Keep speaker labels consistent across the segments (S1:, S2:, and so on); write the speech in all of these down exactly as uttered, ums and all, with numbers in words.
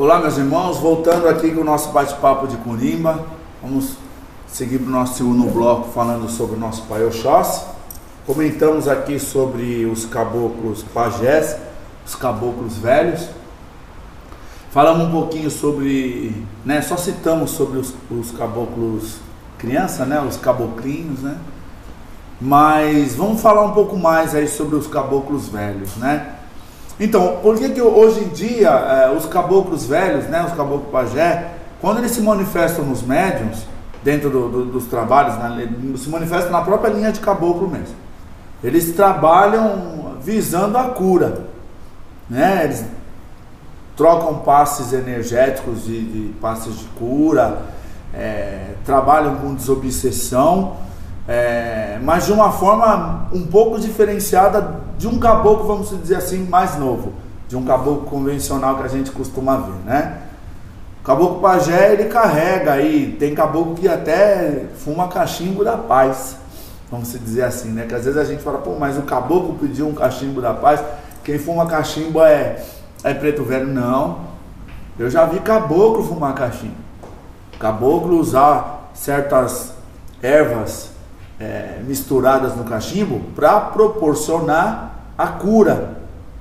S1: Olá, meus irmãos, voltando aqui com o nosso bate-papo de Corimba. Vamos seguir para o nosso segundo bloco falando sobre o nosso Pai Oxóssi. Comentamos aqui sobre os caboclos pajés, os caboclos velhos. Falamos um pouquinho sobre, né, só citamos sobre os, os caboclos criança, né, os caboclinhos, né? Mas vamos falar um pouco mais aí sobre os caboclos velhos, né? Então, por que que hoje em dia eh, os caboclos velhos, né, os caboclos pajé, quando eles se manifestam nos médiuns, dentro do, do, dos trabalhos, né, se manifestam na própria linha de caboclo mesmo. Eles trabalham visando a cura, né? Eles trocam passes energéticos de, de passes de cura, é, trabalham com desobsessão, é, mas de uma forma um pouco diferenciada de um caboclo, vamos dizer assim, mais novo, de um caboclo convencional que a gente costuma ver, né? O caboclo pajé, ele carrega aí, tem caboclo que até fuma cachimbo da paz, vamos dizer assim, né? Que às vezes a gente fala, pô, mas o caboclo pediu um cachimbo da paz, quem fuma cachimbo é, é preto velho. Não, eu já vi caboclo fumar cachimbo, caboclo usar certas ervas é, misturadas no cachimbo para proporcionar a cura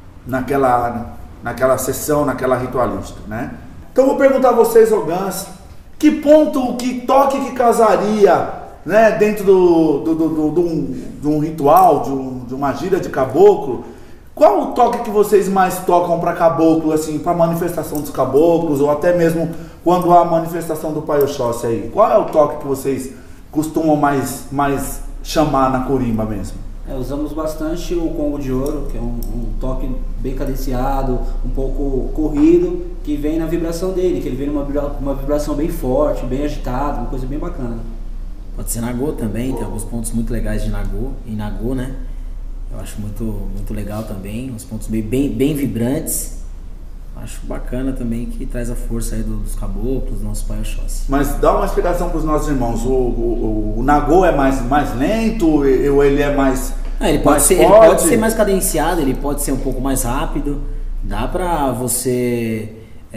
S1: naquela, naquela sessão, naquela ritualística, né? Então vou perguntar a vocês, Ogãs, que ponto, que toque que casaria, né, dentro do, do, do, do, do um, de um ritual, de, um, de uma gira de caboclo? Qual o toque que vocês mais tocam para caboclo, assim, para manifestação dos caboclos, ou até mesmo quando há a manifestação do Pai Oxóssi aí? Qual é o toque que vocês costumam mais, mais chamar na corimba mesmo?
S2: É, usamos bastante o congo de ouro, que é um, um toque bem cadenciado, um pouco corrido, que vem na vibração dele, que ele vem numa uma vibração bem forte, bem agitada, uma coisa bem bacana.
S3: Pode ser nagô também, tem alguns pontos muito legais de nagô, em nagô, né? Eu acho muito, muito legal também, uns pontos bem, bem, bem vibrantes. Acho bacana também, que traz a força aí dos caboclos, do nosso Pai Oxóssi.
S1: Mas dá uma explicação para os nossos irmãos, o, o, o nagô é mais, mais lento, ou ele é mais
S3: ah, ele, pode
S1: mais
S3: ser, ele pode ser mais cadenciado, ele pode ser um pouco mais rápido. Dá pra você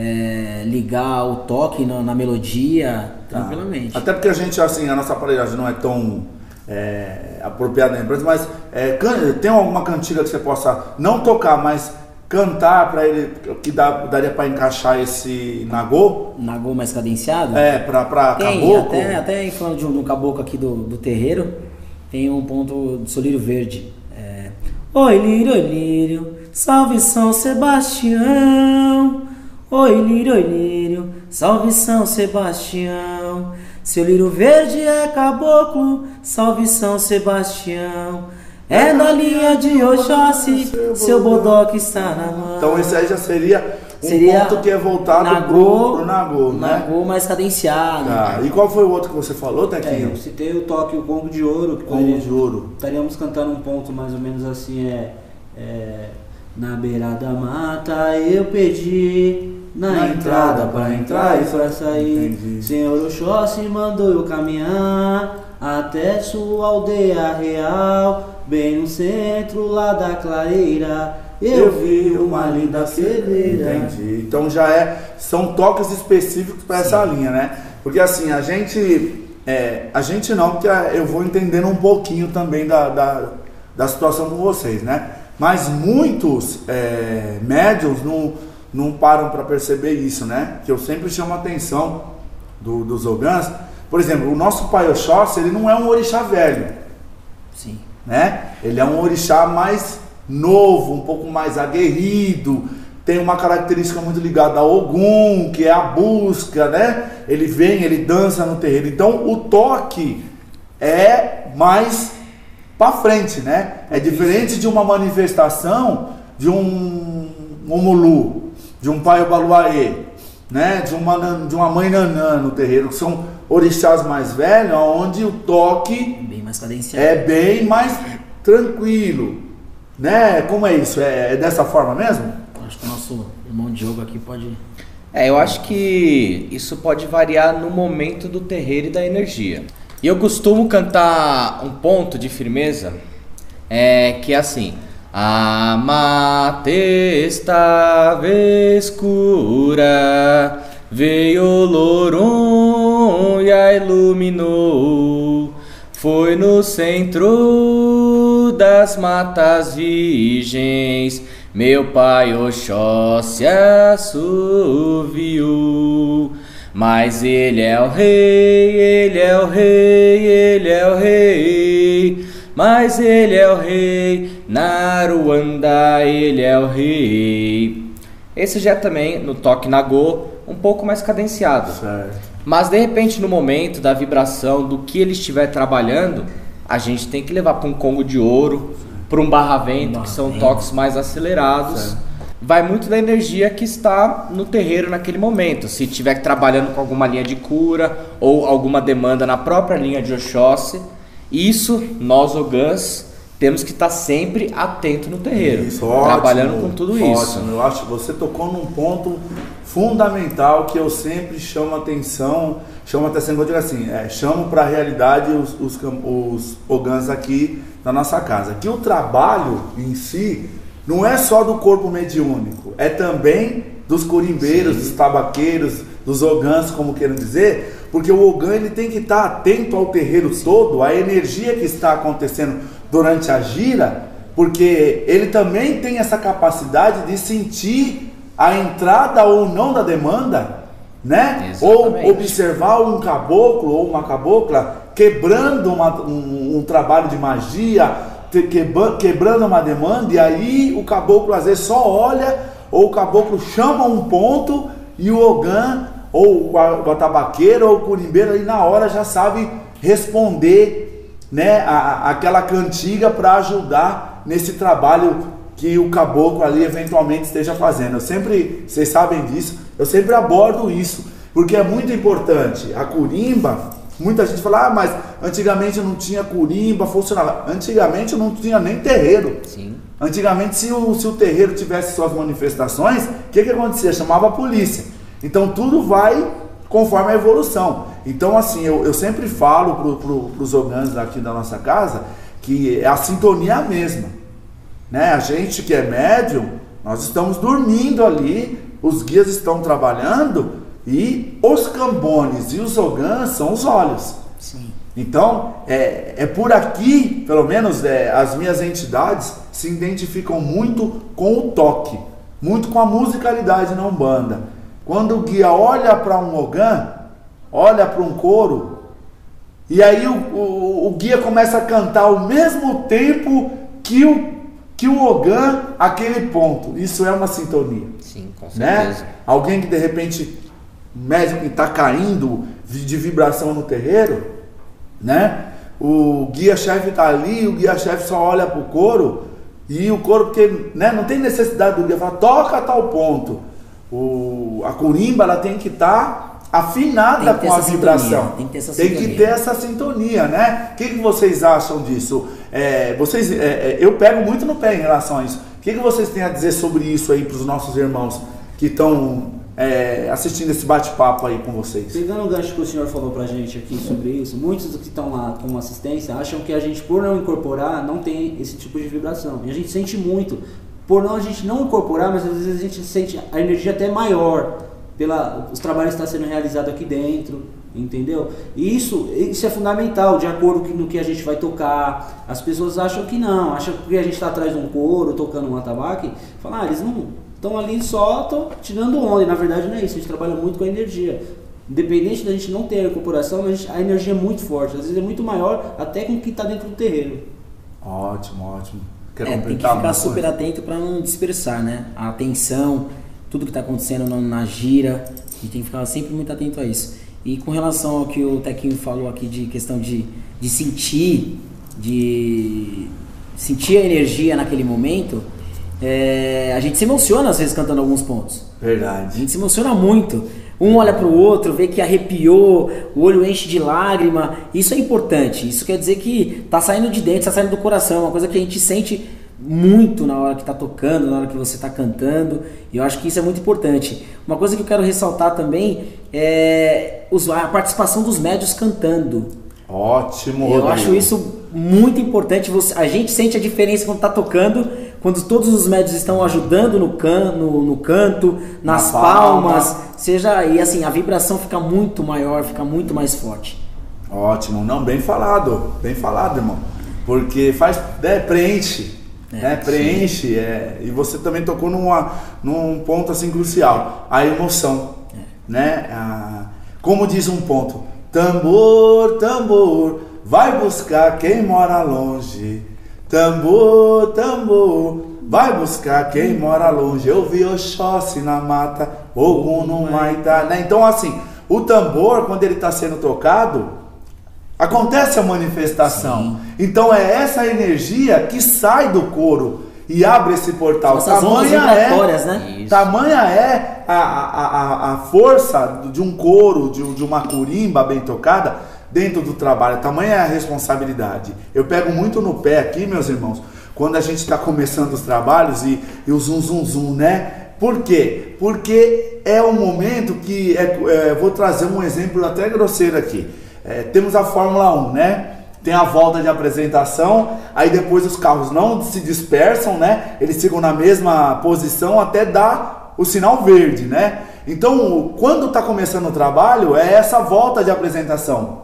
S3: é, ligar o toque na, na melodia tranquilamente.
S1: Ah, até porque a gente, assim, a nossa aparelhagem não é tão é, apropriada na empresa, mas é, can, tem alguma cantiga que você possa não tocar, mas cantar para ele, que dá, daria para encaixar esse nagô?
S3: Nagô mais cadenciado?
S1: É, para caboclo?
S3: Até, até falando de um, de um caboclo aqui do, do terreiro, tem um ponto do Seu Lírio Verde. É, oi lírio, oi lírio, salve São Sebastião. Oi lírio, oi lírio, salve São Sebastião. Seu lírio verde é caboclo, salve São Sebastião. É na linha de Oxóssi, seu bodoque está na mão.
S1: Então esse aí já seria um
S3: seria
S1: ponto que é voltado
S3: nagô,
S1: pro, pro nagô, né?
S3: Nagô mais cadenciado.
S1: Ah, e qual foi o outro que você falou, Tequinho?
S2: É, eu citei o toque, o congo de ouro. Que
S1: congo de ouro.
S2: Estaríamos cantando um ponto mais ou menos assim, é... é na beira da mata eu pedi, na, na entrada para entrar e para sair. Entendi. Senhor Oxóssi mandou eu caminhar até sua aldeia real, bem no centro lá da clareira, eu, eu vi uma linda pedreira.
S1: Entendi. Então já é, são toques específicos para essa linha, né? Porque assim, a gente, é, a gente não, porque eu vou entendendo um pouquinho também da, da, da situação com vocês, né? Mas muitos é, médiuns não, não param para perceber isso, né? Que eu sempre chamo a atenção do, dos Ogãs. Por exemplo, o nosso Pai Oxóssi, ele não é um orixá velho.
S3: Sim.
S1: Né? Ele é um orixá mais novo, um pouco mais aguerrido, tem uma característica muito ligada ao Ogum, que é a busca, né? Ele vem, ele dança no terreiro. Então o toque é mais para frente, né? É diferente de uma manifestação de um Omulu, de um Pai Obaluaê, né? De uma, de uma Mãe Nanã no terreiro, que são orixás mais velhos, onde o toque
S3: bem mais cadenciado,
S1: é bem mais tranquilo, né? Como é isso? É, é dessa forma mesmo?
S3: Acho que o nosso irmão Diogo aqui pode...
S4: É, eu acho que isso pode variar no momento do terreiro e da energia. E eu costumo cantar um ponto de firmeza, é, que é assim: A mata estava escura, veio o Lorum e a iluminou. Foi no centro das matas virgens, meu pai Oxóssi assoviou. Mas ele é o rei, ele é o rei, ele é o rei. Mas ele é o rei, Naruanda, ele é o rei. Esse já é também no toque nagô, um pouco mais cadenciado.
S1: Certo.
S4: Mas de repente no momento da vibração do que ele estiver trabalhando, a gente tem que levar para um congo de ouro, para um barravento, que são toques mais acelerados.
S1: Certo.
S4: Vai muito da energia que está no terreiro naquele momento. Se estiver trabalhando com alguma linha de cura ou alguma demanda na própria linha de Oxóssi, isso nós ogãs temos que estar sempre atento no terreiro,
S1: Isso,
S4: trabalhando
S1: ótimo,
S4: com tudo
S1: ótimo.
S4: isso.
S1: Eu acho que você tocou num ponto fundamental que eu sempre chamo atenção, chamo atenção, eu digo assim, é, chamo para a realidade os, os, os ogãs aqui da nossa casa, que o trabalho em si não é só do corpo mediúnico, é também dos corimbeiros, Sim. dos tabaqueiros, dos ogãs, como queiram dizer, porque o ogã ele tem que estar atento ao terreiro todo, à energia que está acontecendo durante a gira, porque ele também tem essa capacidade de sentir a entrada ou não da demanda, né?
S4: Exatamente.
S1: Ou observar um caboclo ou uma cabocla quebrando uma, um, um trabalho de magia, quebrando uma demanda, e aí o caboclo às vezes só olha, ou o caboclo chama um ponto e o ogã ou o tabaqueiro ou o curimbeiro aí na hora já sabe responder, né, a, a, aquela cantiga para ajudar nesse trabalho que o caboclo ali eventualmente esteja fazendo. Eu sempre, vocês sabem disso, eu sempre abordo isso, porque é muito importante. A curimba, muita gente fala, ah, mas antigamente não tinha curimba, funcionava. Antigamente não tinha nem terreiro.
S4: Sim.
S1: Antigamente, se o, se o terreiro tivesse suas manifestações, o que, que acontecia? Chamava a polícia. Então tudo vai conforme a evolução. Então assim, eu, eu sempre falo para pro, os ogãs aqui da nossa casa que é a sintonia mesma, né? A gente que é médium, nós estamos dormindo ali, os guias estão trabalhando e os cambones e os ogãs são os olhos.
S3: Sim.
S1: Então é, é por aqui, pelo menos é, as minhas entidades se identificam muito com o toque, muito com a musicalidade na Umbanda. Quando o guia olha para um ogã, olha para um coro, e aí o, o, o guia começa a cantar ao mesmo tempo que o, que o ogã, aquele ponto. Isso é uma sintonia.
S4: Sim, com certeza.
S1: Né? Alguém que de repente, médium que está caindo de vibração no terreiro, né? O guia-chefe está ali, o guia-chefe só olha para o coro, e o coro, porque, né, não tem necessidade do guia falar, toca a tal ponto. O, a curimba ela tem que estar tá afinada com a vibração,
S3: tem que ter essa
S1: tem
S3: sintonia,
S1: que ter essa sintonia, né? O que, que vocês acham disso? É, vocês, é, eu pego muito no pé em relação a isso. O que, que vocês têm a dizer sobre isso aí para os nossos irmãos que estão é, assistindo esse bate-papo aí com vocês?
S2: Pegando o gancho que o senhor falou pra gente aqui sobre isso, muitos que estão lá com assistência acham que a gente, por não incorporar, não tem esse tipo de vibração. E a gente sente muito. Por não a gente não incorporar, mas às vezes a gente sente a energia até maior pela os trabalhos que estão sendo realizados aqui dentro, entendeu? E isso, isso é fundamental, de acordo com no que a gente vai tocar. As pessoas acham que não, acham que a gente está atrás de um coro, tocando um atabaque, falam, ah, eles não estão ali só tão tirando onda, e na verdade não é isso, a gente trabalha muito com a energia. Independente da gente não ter a incorporação, a, gente, a energia é muito forte, às vezes é muito maior até com o que está dentro do terreiro.
S1: Ótimo, ótimo. Quer
S3: É, tem que ficar super atento para não dispersar, né? A atenção, tudo que está acontecendo na, na gira, a gente tem que ficar sempre muito atento a isso. E com relação ao que o Tequinho falou aqui de questão de, de sentir, de sentir a energia naquele momento, é, a gente se emociona às vezes cantando alguns pontos.
S1: Verdade.
S3: A gente se emociona muito. Um olha para o outro, vê que arrepiou, o olho enche de lágrima. Isso é importante. Isso quer dizer que está saindo de dentro, está saindo do coração. É uma coisa que a gente sente muito na hora que está tocando, na hora que você está cantando. E eu acho que isso é muito importante. Uma coisa que eu quero ressaltar também é a participação dos médios cantando.
S1: Ótimo.
S3: Eu Rodrigo. acho isso muito importante. Você, a gente sente a diferença quando está tocando, quando todos os médios estão ajudando no, can, no, no canto, nas
S1: Na
S3: palmas,
S1: palma.
S3: seja, e assim, a vibração fica muito maior, fica muito mais forte.
S1: Ótimo, não, bem falado, bem falado, irmão. Porque faz, né, preenche, é, né, preenche, é, e você também tocou numa, num ponto assim crucial, a emoção, é. né? A, como diz um ponto, tambor, tambor, vai buscar quem mora longe. Tambor, tambor, vai buscar quem mora longe. Eu vi Oxóssi na mata, Ogum no Maitá, né? Então assim, o tambor, quando ele está sendo tocado, acontece a manifestação. Sim. Então é essa energia que sai do coro e abre esse portal.
S3: Essas ondas vibratórias, né?
S1: Tamanha é a, a, a, a força de um coro, de, de uma curimba bem tocada dentro do trabalho. Tamanha é a responsabilidade. Eu pego muito no pé aqui, meus irmãos, quando a gente está começando os trabalhos e, e o zum zum zum, né? Por quê? Porque é um momento que, é, é, vou trazer um exemplo até grosseiro aqui. É, temos a Fórmula um, né? Tem a volta de apresentação, aí depois os carros não se dispersam, né? Eles ficam na mesma posição até dar o sinal verde, né? Então, quando está começando o trabalho, é essa volta de apresentação.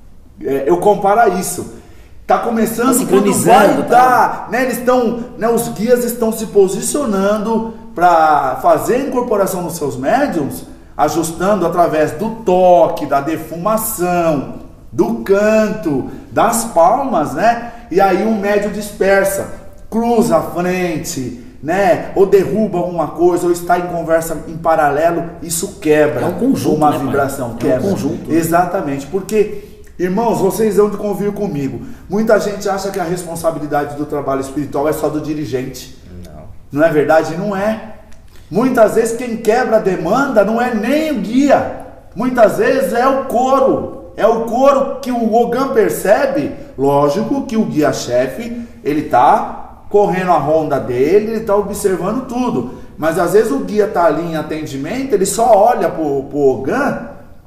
S1: É, eu comparo a isso. Está começando, quando vai dar, né? Eles estão, né? Os guias estão se posicionando para fazer a incorporação nos seus médiums, ajustando através do toque, da defumação, do canto, das palmas, né? E aí um médium dispersa, cruza a frente, né? Ou derruba alguma coisa, ou está em conversa em paralelo, isso quebra.
S3: É um conjunto,
S1: uma
S3: né,
S1: vibração,
S3: pai?
S1: quebra.
S3: É um conjunto.
S1: Exatamente, porque, irmãos, vocês vão de convir comigo. Muita gente acha que a responsabilidade do trabalho espiritual é só do dirigente.
S4: Não.
S1: Não é verdade? Não é. Muitas vezes quem quebra a demanda não é nem o guia. Muitas vezes é o coro. É o coro que o Ogã percebe. Lógico que o guia-chefe, ele está correndo a ronda dele, ele está observando tudo. Mas às vezes o guia está ali em atendimento, ele só olha para o Ogã,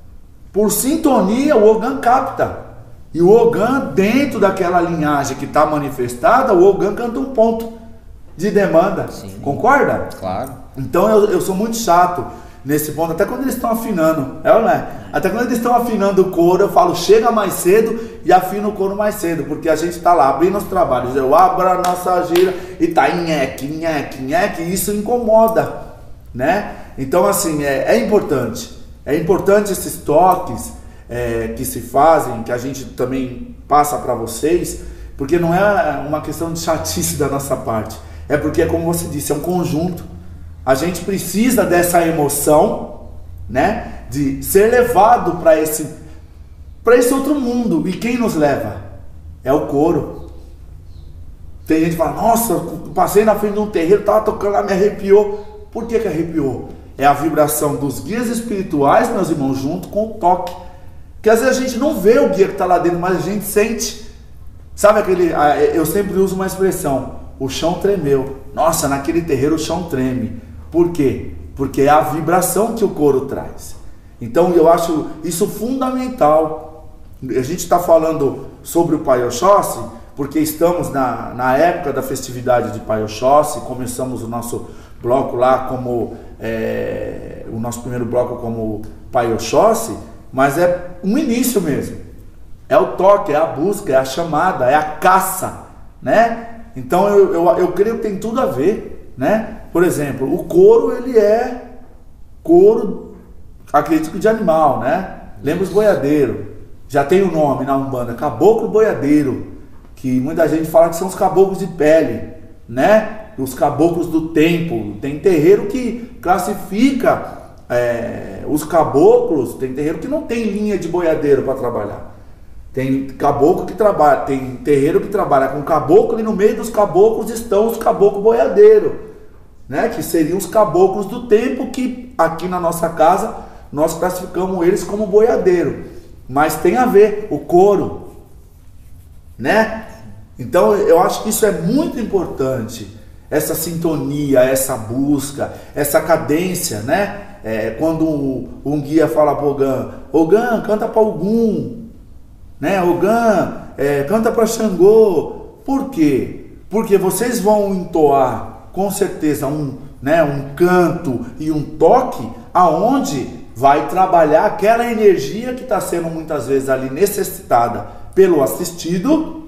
S1: por sintonia o Ogã capta. E o Ogã, dentro daquela linhagem que está manifestada, o Ogã canta um ponto de demanda. Sim. Concorda?
S4: Claro.
S1: Então eu, eu sou muito chato nesse ponto, até quando eles estão afinando, é ou não é? Até quando eles estão afinando o coro, eu falo, chega mais cedo e afina o coro mais cedo, porque a gente está lá abrindo os trabalhos, eu abro a nossa gira e tá nheque, nheque, nheque, e isso incomoda, né? Então assim, é, é importante, é importante esses toques é, que se fazem, que a gente também passa para vocês, porque não é uma questão de chatice da nossa parte, é porque, como você disse, é um conjunto. A gente precisa dessa emoção, né, de ser levado para esse, para esse outro mundo. E quem nos leva? É o coro. Tem gente que fala, nossa, passei na frente de um terreiro, estava tocando lá, me arrepiou. Por que que arrepiou? É a vibração dos guias espirituais, meus irmãos, junto com o toque. Porque às vezes a gente não vê o guia que está lá dentro, mas a gente sente. Sabe aquele, eu sempre uso uma expressão, o chão tremeu. Nossa, naquele terreiro o chão treme. Por quê? Porque é a vibração que o coro traz. Então eu acho isso fundamental. A gente está falando sobre o Pai Oxóssi, porque estamos na, na época da festividade de Pai Oxóssi, começamos o nosso bloco lá como, é, o nosso primeiro bloco como Pai Oxóssi, mas é um início mesmo. É o toque, é a busca, é a chamada, é a caça, né? Então eu, eu, eu creio que tem tudo a ver, né? Por exemplo, o couro, ele é couro, acredito que de animal, né? Lembra os boiadeiros, já tem o um nome na Umbanda, caboclo boiadeiro, que muita gente fala que são os caboclos de pele, né? Os caboclos do tempo. Tem terreiro que classifica é, os caboclos, tem terreiro que não tem linha de boiadeiro para trabalhar. Tem caboclo que trabalha, tem terreiro que trabalha com caboclo, e no meio dos caboclos estão os caboclos boiadeiros, né? Que seriam os caboclos do tempo, que aqui na nossa casa nós classificamos eles como boiadeiro. Mas tem a ver, o couro, né? Então eu acho que isso é muito importante, essa sintonia, essa busca, essa cadência, né? É, quando um, um guia fala para o Ogã, Ogã, canta para Ogum, né? Ogã, é, canta para Xangô. Por quê? Porque vocês vão entoar, com certeza, um, né, um canto e um toque, aonde vai trabalhar aquela energia que está sendo muitas vezes ali necessitada pelo assistido,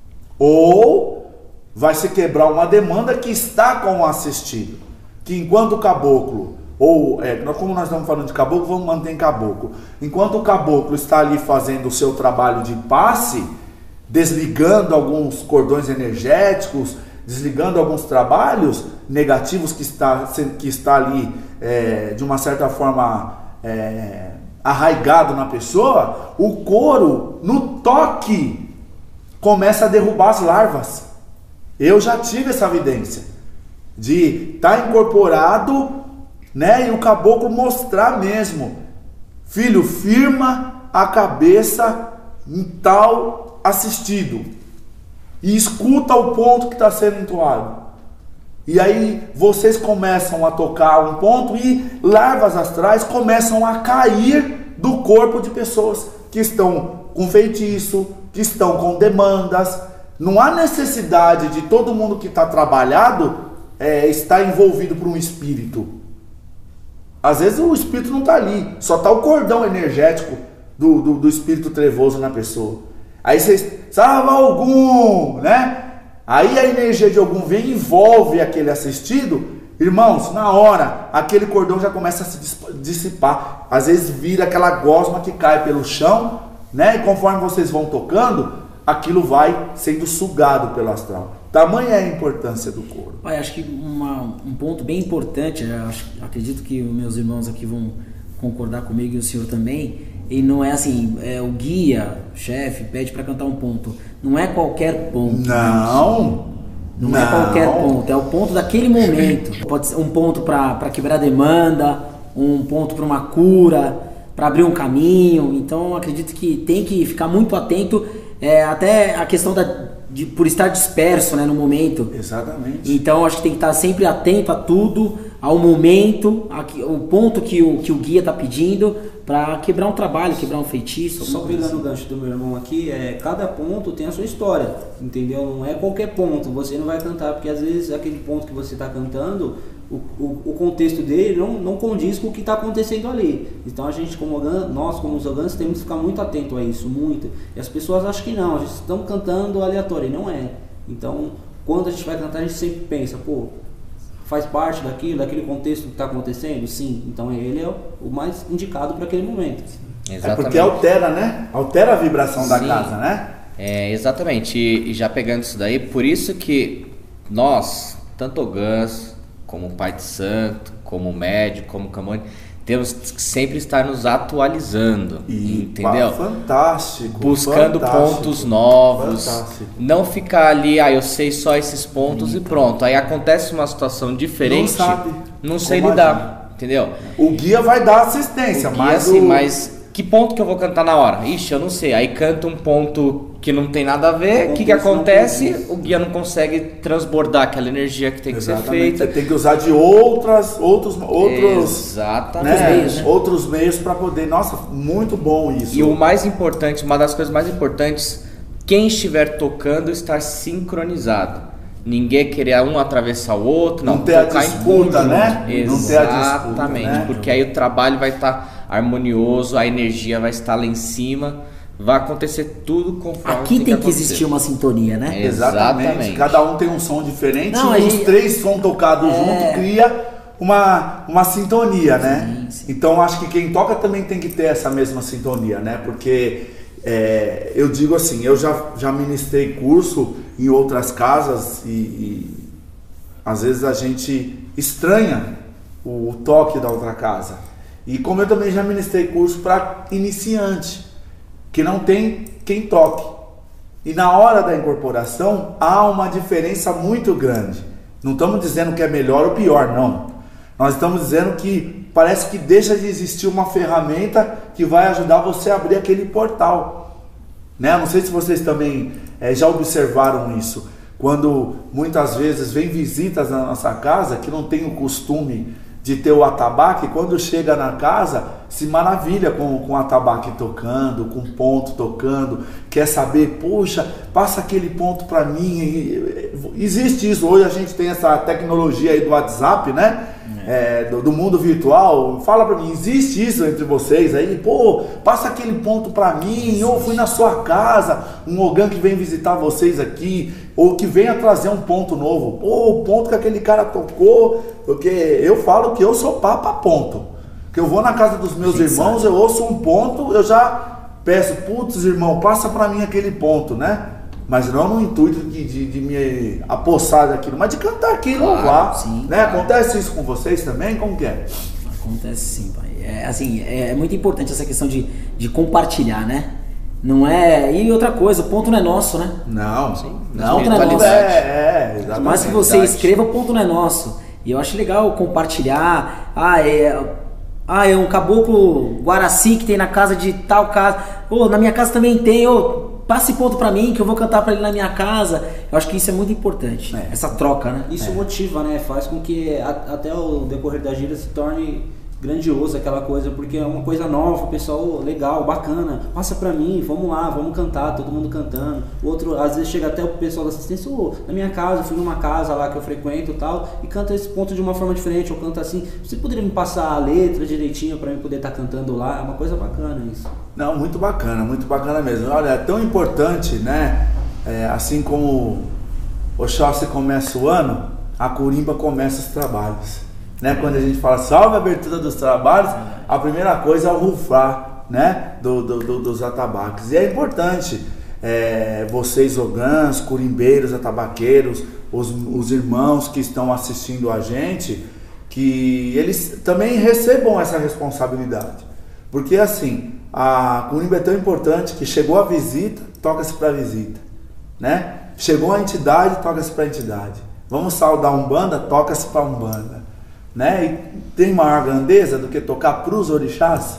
S1: ou vai se quebrar uma demanda que está com o assistido. Que enquanto o caboclo, ou é, como nós estamos falando de caboclo, vamos manter em caboclo. Enquanto o caboclo está ali fazendo o seu trabalho de passe, desligando alguns cordões energéticos, desligando alguns trabalhos negativos que está, que está ali é, de uma certa forma é, arraigado na pessoa, o couro, no toque, começa a derrubar as larvas. Eu já tive essa evidência de estar tá incorporado, né, e o caboclo mostrar mesmo: filho, firma a cabeça em tal assistido e escuta o ponto que está sendo entoado. E aí vocês começam a tocar um ponto e larvas astrais começam a cair do corpo de pessoas que estão com feitiço, que estão com demandas. Não há necessidade de todo mundo que está trabalhado é, estar envolvido por um espírito. Às vezes o espírito não está ali, só está o cordão energético do, do, do espírito trevoso na pessoa. Aí vocês, salva algum, né? Aí a energia de algum vem e envolve aquele assistido. Irmãos, na hora, aquele cordão já começa a se dissipar. Às vezes vira aquela gosma que cai pelo chão, né? E conforme vocês vão tocando, aquilo vai sendo sugado pelo astral. Tamanha é a importância do couro.
S3: Pai, acho que uma, um ponto bem importante, acho, acredito que os meus irmãos aqui vão concordar comigo e o senhor também. E não é assim, é, o guia, o chefe, pede para cantar um ponto. Não é qualquer ponto.
S1: Não.
S3: Não,
S1: não
S3: é qualquer ponto. É o ponto daquele momento. Pode ser um ponto para quebrar demanda, um ponto para uma cura, para abrir um caminho. Então, acredito que tem que ficar muito atento, é, até a questão da, de, por estar disperso, né, no momento.
S1: Exatamente.
S3: Então, acho que tem que estar sempre atento a tudo, ao momento, o ponto que o, que o guia está pedindo, para quebrar um trabalho, quebrar um feitiço.
S2: Só pegando o gancho do meu irmão aqui, é, cada ponto tem a sua história, entendeu? Não é qualquer ponto, você não vai cantar, porque às vezes aquele ponto que você está cantando, o, o, o contexto dele não, não condiz com o que está acontecendo ali. Então a gente, como nós como os orgânicos, temos que ficar muito atento a isso, muito. E as pessoas acham que não, a gente está cantando aleatório, e não é. Então, quando a gente vai cantar, a gente sempre pensa, pô, faz parte daquilo, daquele contexto que está acontecendo? Sim. Então ele é o mais indicado para aquele momento.
S4: Exatamente.
S1: É porque altera, né? Altera a vibração da
S4: Sim.
S1: casa, né?
S4: É, exatamente. E, e já pegando isso daí, por isso que nós, tanto o Gans, como o Pai de Santo, como o Médio, como o Camões, temos que sempre estar nos atualizando,
S1: e,
S4: entendeu?
S1: Pá, fantástico.
S4: Buscando
S1: fantástico,
S4: pontos novos,
S1: fantástico.
S4: Não ficar ali, ah, eu sei só esses pontos e pronto. Aí acontece uma situação diferente,
S1: Não sabe
S4: não sei
S1: como
S4: lidar,
S1: agir.
S4: entendeu?
S1: O guia vai dar assistência,
S4: O guia,
S1: mas
S4: assim,
S1: o...
S4: mas que ponto que eu vou cantar na hora? Ixi, eu não sei. Aí canta um ponto que não tem nada a ver, o que que acontece? O guia não consegue transbordar aquela energia que tem que
S1: Exatamente.
S4: ser feita.
S1: Você tem que usar de outras, outros, outros,
S4: Exatamente.
S1: né,
S3: meios, né?
S1: outros meios para poder. Nossa, muito bom isso.
S4: E o mais importante, uma das coisas mais importantes, quem estiver tocando estar sincronizado. Ninguém querer um atravessar o outro, não,
S1: Não ter a
S4: tocar em
S1: disputa,
S4: conjunto.
S1: né? Não ter a disputa,
S4: Exatamente,
S1: né?
S4: porque aí o trabalho vai estar harmonioso, a energia vai estar lá em cima, vai acontecer tudo conforme
S3: Aqui tem que,
S4: acontecer.
S3: existir uma sintonia, né?
S4: É.
S1: Exatamente.
S4: Exatamente.
S1: Cada um tem um som diferente,
S3: Não, a
S1: e os
S3: gente-
S1: três sons tocados
S3: É.
S1: junto cria uma, uma sintonia, né?
S3: Sim, sim.
S1: Então acho que quem toca também tem que ter essa mesma sintonia, né? Porque é, eu digo assim, eu já, já ministrei curso em outras casas e, e às vezes a gente estranha o, o toque da outra casa. E como eu também já ministrei curso para iniciante, que não tem quem toque. E na hora da incorporação há uma diferença muito grande. Não estamos dizendo que é melhor ou pior, não. Nós estamos dizendo que parece que deixa de existir uma ferramenta que vai ajudar você a abrir aquele portal, né? Não sei se vocês também é, já observaram isso. Quando muitas vezes vem visitas na nossa casa que não tem o costume de ter o atabaque, quando chega na casa se maravilha com, com atabaque tocando, com ponto tocando, quer saber, puxa, passa aquele ponto para mim. Existe isso, hoje a gente tem essa tecnologia aí do WhatsApp, né? É, do, do mundo virtual. Fala para mim, existe isso entre vocês aí? Pô, passa aquele ponto para mim, ou fui na sua casa, um Ogã que vem visitar vocês aqui, ou que venha trazer um ponto novo. Pô, o ponto que aquele cara tocou, porque eu falo que eu sou papa ponto. Que eu vou na casa dos meus irmãos, eu ouço um ponto, eu já peço, putz, irmão, passa para mim aquele ponto, né? Mas não no intuito de, de, de me apossar daquilo, mas de cantar aqui e
S3: Claro,
S1: louvar.
S3: sim,
S1: né?
S3: claro.
S1: Acontece isso com vocês também? Como que é?
S3: Acontece sim, pai. É, assim, é muito importante essa questão de, de compartilhar, né? Não é... E outra coisa, o ponto não é nosso, né?
S1: Não,
S4: Sim,
S1: não,
S3: ponto não é nosso.
S1: é, é, exatamente.
S3: Por mais que você escreva, o ponto não é nosso. E eu acho legal compartilhar. Ah, é... Ah, é um caboclo Guaraci que tem na casa de tal casa. Ô, na minha casa também tem. Ô, passe ponto pra mim que eu vou cantar pra ele na minha casa. Eu acho que isso é muito importante.
S1: É.
S3: Essa troca, né?
S2: Isso
S3: É.
S2: motiva, né? Faz com que a- até o decorrer da gira se torne grandioso aquela coisa, porque é uma coisa nova, o pessoal legal, bacana, passa pra mim, vamos lá, vamos cantar, todo mundo cantando. O outro, às vezes chega até o pessoal da assistência, ô, na minha casa, eu fui numa casa lá que eu frequento e tal, e canta esse ponto de uma forma diferente, ou canta assim, você poderia me passar a letra direitinho pra eu poder estar cantando lá, é uma coisa bacana isso.
S1: Não, muito bacana, muito bacana mesmo. Olha, é tão importante, né? É, assim como o Oxóssi começa o ano, a Corimba começa os trabalhos. Né? Quando a gente fala salve a abertura dos trabalhos, a primeira coisa é o rufar, né? do, do, do, dos atabaques. E é importante, é, vocês ogãs, corimbeiros, atabaqueiros, os, os irmãos que estão assistindo a gente, que eles também recebam essa responsabilidade. Porque assim, a Corimba é tão importante que chegou a visita, toca-se para a visita, né? Chegou a entidade, toca-se para a entidade. Vamos saudar Umbanda, toca-se para Umbanda, né? E tem maior grandeza do que tocar para os orixás,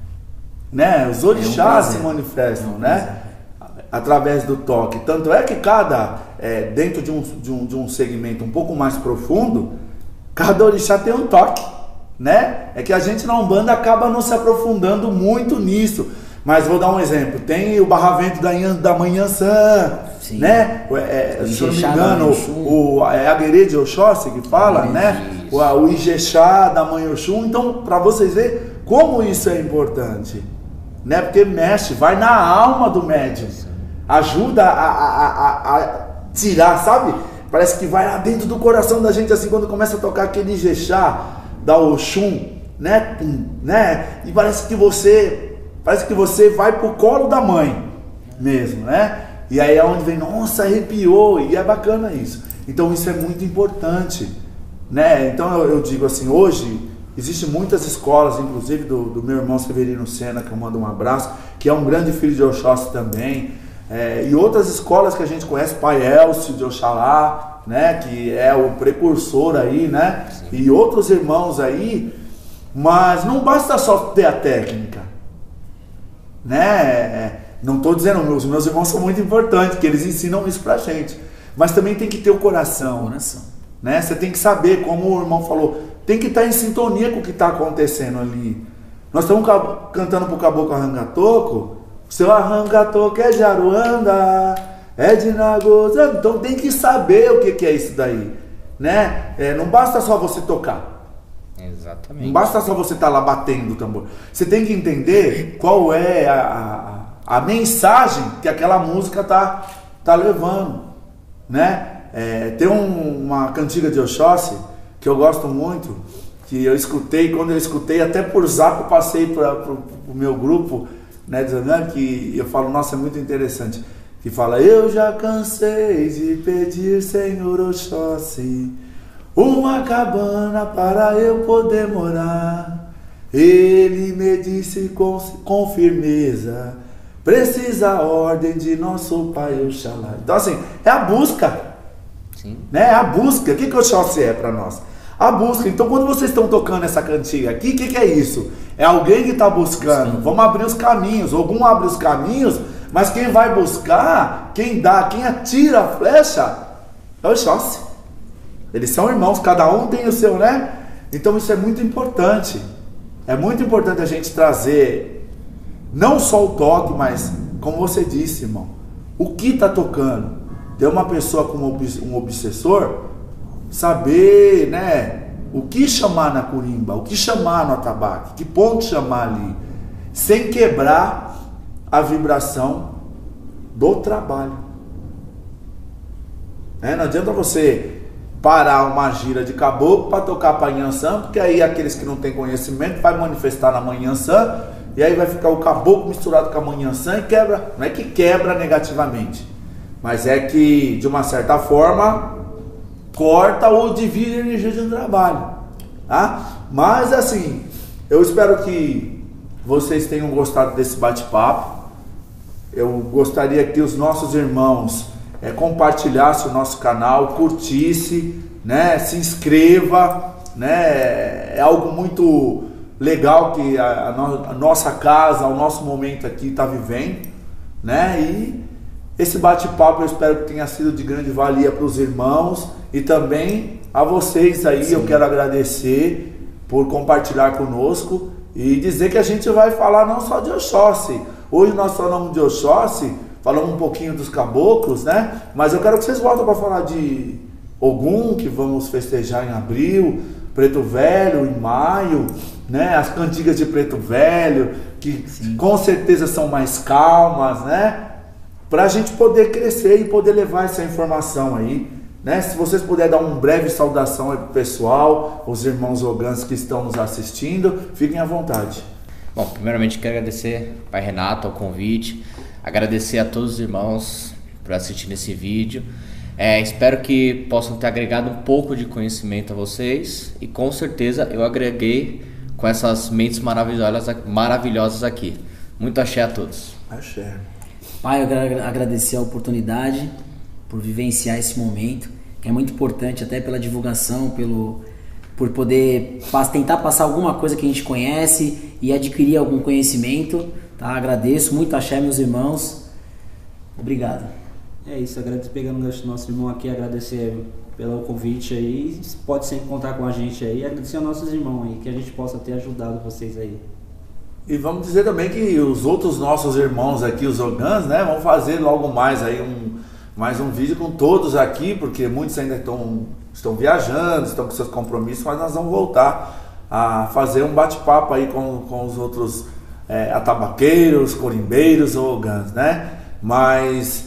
S1: né? Os orixás se manifestam, né? Através do toque. Tanto é que cada, é, dentro de um, de, um, de um segmento um pouco mais profundo, cada orixá tem um toque, né? É que a gente na Umbanda acaba não se aprofundando muito nisso. Mas vou dar um exemplo. Tem o Barravento da, da Manhã Sã,
S3: Sim.
S1: né? É,
S3: O
S1: se eu não me
S3: Ijexá
S1: engano,
S3: da Manhã
S1: o, o, é Aguerê de Oxóssi que fala,
S3: Aguerê,
S1: né?
S3: isso.
S1: O, o Ijexá da Mãe Oxum. Então, para vocês verem como isso é importante, né? Porque mexe, vai na alma do médium, ajuda a, a, a, a tirar, sabe? Parece que vai lá dentro do coração da gente, assim, quando começa a tocar aquele Ijexá da Oxum, né? Pum, né? E parece que você... Parece que você vai pro colo da mãe mesmo, né? E aí é onde vem, nossa, arrepiou, e é bacana isso. Então isso é muito importante, né? Então eu, eu digo assim, hoje existem muitas escolas, inclusive do, do meu irmão Severino Sena, que eu mando um abraço, que é um grande filho de Oxóssi também, é, e outras escolas que a gente conhece, Pai Elcio de Oxalá, né? Que é o precursor aí, né? E outros irmãos aí, mas não basta só ter a técnica, né? Não estou dizendo, os meus irmãos são muito importantes, que eles ensinam isso pra gente, mas também tem que ter o coração,
S3: Coração.
S1: né? Você tem que saber, como o irmão falou, tem que estar em sintonia com o que está acontecendo ali. Nós estamos cantando pro Caboclo Arrangatoco, seu Arrangatoco é de Aruanda, é de Nagosa, então tem que saber o que, que é isso daí, né? É, não basta só você tocar.
S4: Exatamente.
S1: Não basta só você estar lá batendo o tambor. Você tem que entender qual é a, a, a mensagem que aquela música tá, tá levando, né? É, tem um, uma cantiga de Oxóssi que eu gosto muito, que eu escutei, quando eu escutei, até por zap eu passei para o meu grupo, né, dizendo que eu falo, nossa, é muito interessante, que fala, eu já cansei de pedir, Senhor Oxóssi, uma cabana para eu poder morar. Ele me disse com, com firmeza, precisa a ordem de nosso Pai Oxalá. Então assim, é a busca.
S4: Sim.
S1: Né? É a busca. O que, que o Oxóssi é para nós? A busca. Então quando vocês estão tocando essa cantiga aqui, o que, que é isso? É alguém que está buscando. Vamos abrir os caminhos. Algum abre os caminhos, mas quem vai buscar, quem dá, quem atira a flecha é o Oxóssi. Eles são irmãos, cada um tem o seu, né? Então isso é muito importante, é muito importante a gente trazer não só o toque, mas como você disse, irmão, o que está tocando. Ter uma pessoa como um obsessor, saber, né, o que chamar na curimba, o que chamar no atabaque, que ponto chamar ali, sem quebrar a vibração do trabalho. É, não adianta você parar uma gira de caboclo para tocar Panhansã, porque aí aqueles que não têm conhecimento vai manifestar na Manhansã, e aí vai ficar o caboclo misturado com a Manhansã e quebra. Não é que quebra negativamente, mas é que de uma certa forma corta ou divide a energia de um trabalho, tá? Mas assim, eu espero que vocês tenham gostado desse bate-papo. Eu gostaria que os nossos irmãos é, compartilhassem o nosso canal, curtisse, né, se inscreva, né, é algo muito legal que a, a, no, a nossa casa, o nosso momento aqui está vivendo, né, e esse bate-papo eu espero que tenha sido de grande valia para os irmãos e também a vocês aí. Sim. Eu quero agradecer por compartilhar conosco e dizer que a gente vai falar não só de Oxóssi. Hoje nós falamos de Oxóssi, falamos um pouquinho dos caboclos, né? Mas eu quero que vocês voltem para falar de Ogum, que vamos festejar em abril, Preto Velho em maio, né? As cantigas de Preto Velho, que Sim. com certeza são mais calmas, né? Para a gente poder crescer e poder levar essa informação aí, né? Se vocês puderem dar uma breve saudação aí pro pessoal, os irmãos Ogãs que estão nos assistindo, fiquem à vontade.
S4: Bom, primeiramente quero agradecer ao Pai Renato, ao convite, agradecer a todos os irmãos por assistir esse vídeo. É, espero que possam ter agregado um pouco de conhecimento a vocês e com certeza eu agreguei com essas mentes maravilhosas, maravilhosas aqui. Muito axé a todos.
S1: Axé.
S3: Pai, eu quero agradecer a oportunidade por vivenciar esse momento, que é muito importante até pela divulgação, pelo, por poder tentar passar alguma coisa que a gente conhece e adquirir algum conhecimento, tá? Agradeço muito, axé, meus irmãos. Obrigado.
S2: É isso, agradeço, pegando o gancho do nosso irmão aqui, agradecer pelo convite aí, pode sempre contar com a gente aí, agradecer aos nossos irmãos aí, que a gente possa ter ajudado vocês aí.
S1: E vamos dizer também que os outros nossos irmãos aqui, os Ogãs, né, vão fazer logo mais aí um, mais um vídeo com todos aqui, porque muitos ainda estão, estão viajando, estão com seus compromissos, mas nós vamos voltar a fazer um bate-papo aí com, com os outros é, atabaqueiros, corimbeiros ou Ogãs, né? Mas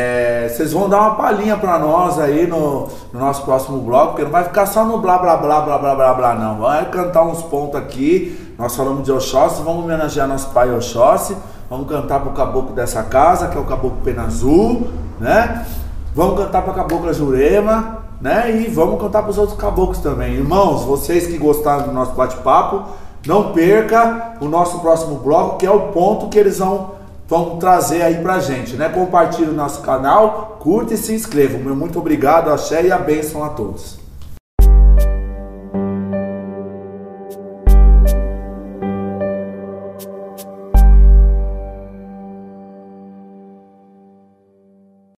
S1: é, vocês vão dar uma palhinha para nós aí no, no nosso próximo bloco, porque não vai ficar só no blá blá blá blá blá blá blá não, vai cantar uns pontos aqui. Nós falamos de Oxóssi, vamos homenagear nosso pai Oxóssi, vamos cantar para o caboclo dessa casa, que é o caboclo Pena Azul, né? Vamos cantar para a cabocla Jurema, né? E vamos cantar para os outros caboclos também. Irmãos, vocês que gostaram do nosso bate-papo, não perca o nosso próximo bloco, que é o ponto que eles vão, vão trazer aí pra gente, né? Compartilhe o nosso canal, curta e se inscreva. Meu muito obrigado, axé e a bênção a todos.